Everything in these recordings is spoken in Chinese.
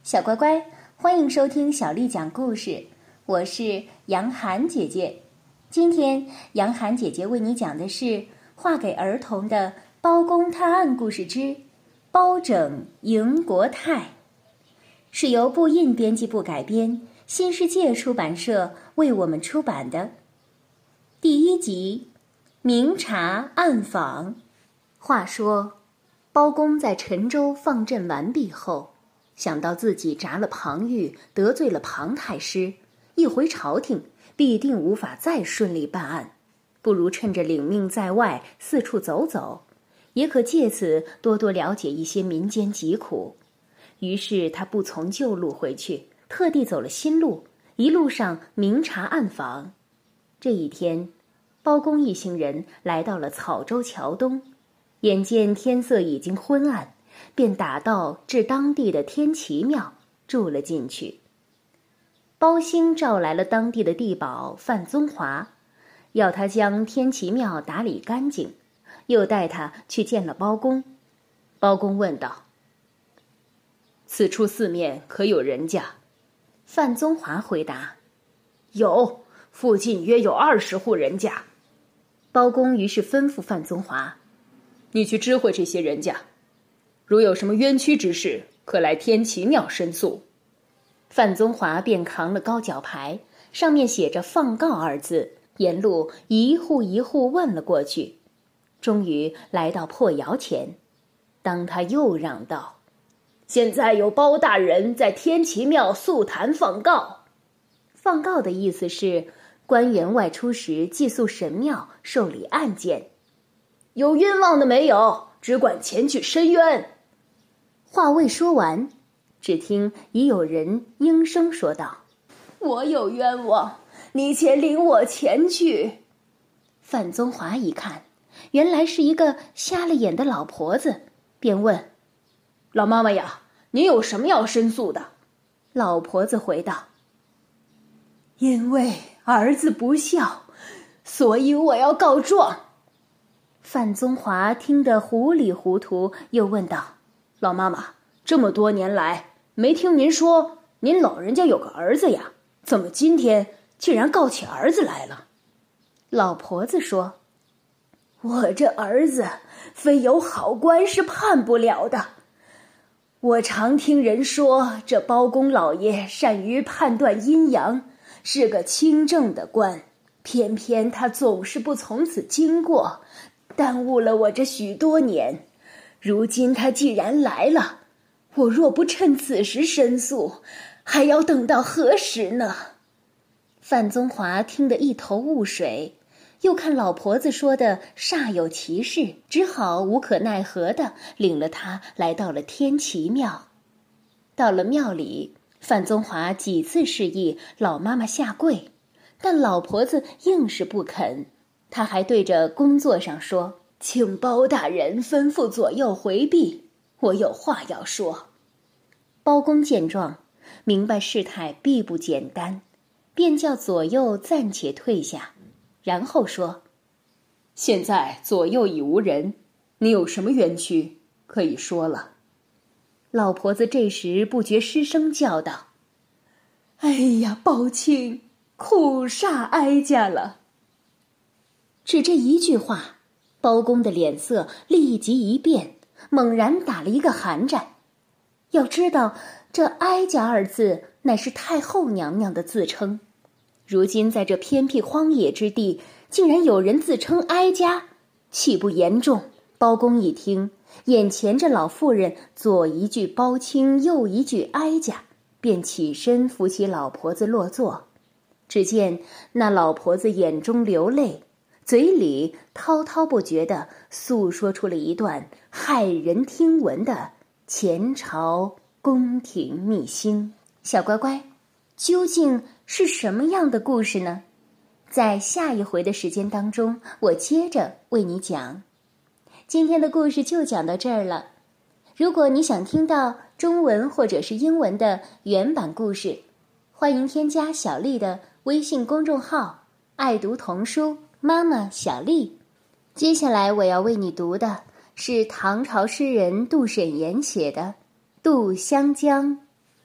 小乖乖，欢迎收听小丽讲故事，我是杨涵姐姐。今天杨涵姐姐为你讲的是画给儿童的包公探案故事之包拯迎国泰，是由布印编辑部改编，新世界出版社为我们出版的。第一集，明察暗访。话说，包公在陈州放阵完毕后，想到自己砸了庞玉，得罪了庞太师，一回朝廷必定无法再顺利办案，不如趁着领命在外四处走走，也可借此多多了解一些民间疾苦。于是他不从旧路回去，特地走了新路，一路上明察暗访。这一天，包公一行人来到了草州桥东，眼见天色已经昏暗，便打道至当地的天齐庙住了进去。包兴召来了当地的地保范宗华，要他将天齐庙打理干净，又带他去见了包公。包公问道：“此处四面可有人家？”范宗华回答：“有，附近约有20户人家。”包公于是吩咐范宗华：“你去知会这些人家，如有什么冤屈之事，可来天齐庙申诉。”范宗华便扛了高脚牌，上面写着放告2字，沿路一户一户问了过去，终于来到破窑前。当他又嚷道：“现在有包大人在天齐庙诉谈放告。”放告的意思是官员外出时寄宿神庙受理案件，有冤枉的没有，只管前去申冤。话未说完，只听已有人应声说道：“我有冤枉，你且领我前去。”范宗华一看，原来是一个瞎了眼的老婆子，便问：“老妈妈呀，你有什么要申诉的？”老婆子回道：“因为儿子不孝，所以我要告状。”范宗华听得糊里糊涂，又问道：“老妈妈，这么多年来没听您说您老人家有个儿子呀，怎么今天竟然告起儿子来了？”老婆子说：“我这儿子非有好官是判不了的。我常听人说，这包公老爷善于判断阴阳，是个清正的官，偏偏他总是不从此经过，耽误了我这许多年。如今他既然来了，我若不趁此时申诉，还要等到何时呢？”范宗华听得一头雾水，又看老婆子说的煞有其事，只好无可奈何地领了他来到了天齐庙。到了庙里，范宗华几次示意老妈妈下跪，但老婆子硬是不肯。他还对着工作上说：“请包大人吩咐左右回避，我有话要说。”包公见状，明白事态必不简单，便叫左右暂且退下，然后说：“现在左右已无人，你有什么冤屈可以说了。”老婆子这时不觉失声叫道：“哎呀，包卿，苦煞哀家了。”只这一句话，包公的脸色立即一变，猛然打了一个寒战。要知道，这哀家2字乃是太后娘娘的自称，如今在这偏僻荒野之地，竟然有人自称哀家，岂不严重？包公一听，眼前这老妇人左一句包卿，右一句哀家，便起身扶起老婆子落座。只见那老婆子眼中流泪，嘴里滔滔不绝地诉说出了一段骇人听闻的前朝宫廷秘辛。小乖乖，究竟是什么样的故事呢？在下一回的时间当中，我接着为你讲。今天的故事就讲到这儿了。如果你想听到中文或者是英文的原版故事，欢迎添加小丽的微信公众号“爱读童书妈妈小丽”。接下来我要为你读的是唐朝诗人杜审言写的《渡湘江》。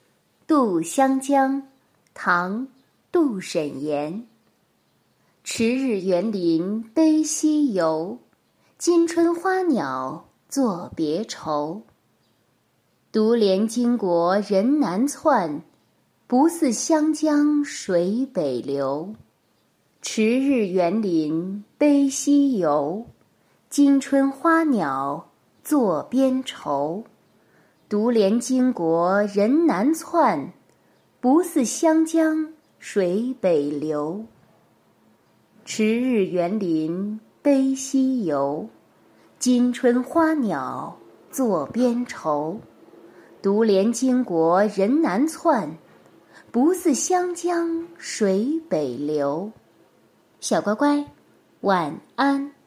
渡湘江，唐·杜审言。迟日园林悲西游，今春花鸟作别愁。独怜巾帼人难窜，不似湘江水北流。迟日园林悲西游，今春花鸟作边愁。独怜巾帼人难窜，不似湘江水北流。迟日园林悲西游，今春花鸟作边愁。独怜巾帼人难窜，不似湘江水北流。小乖乖，晚安。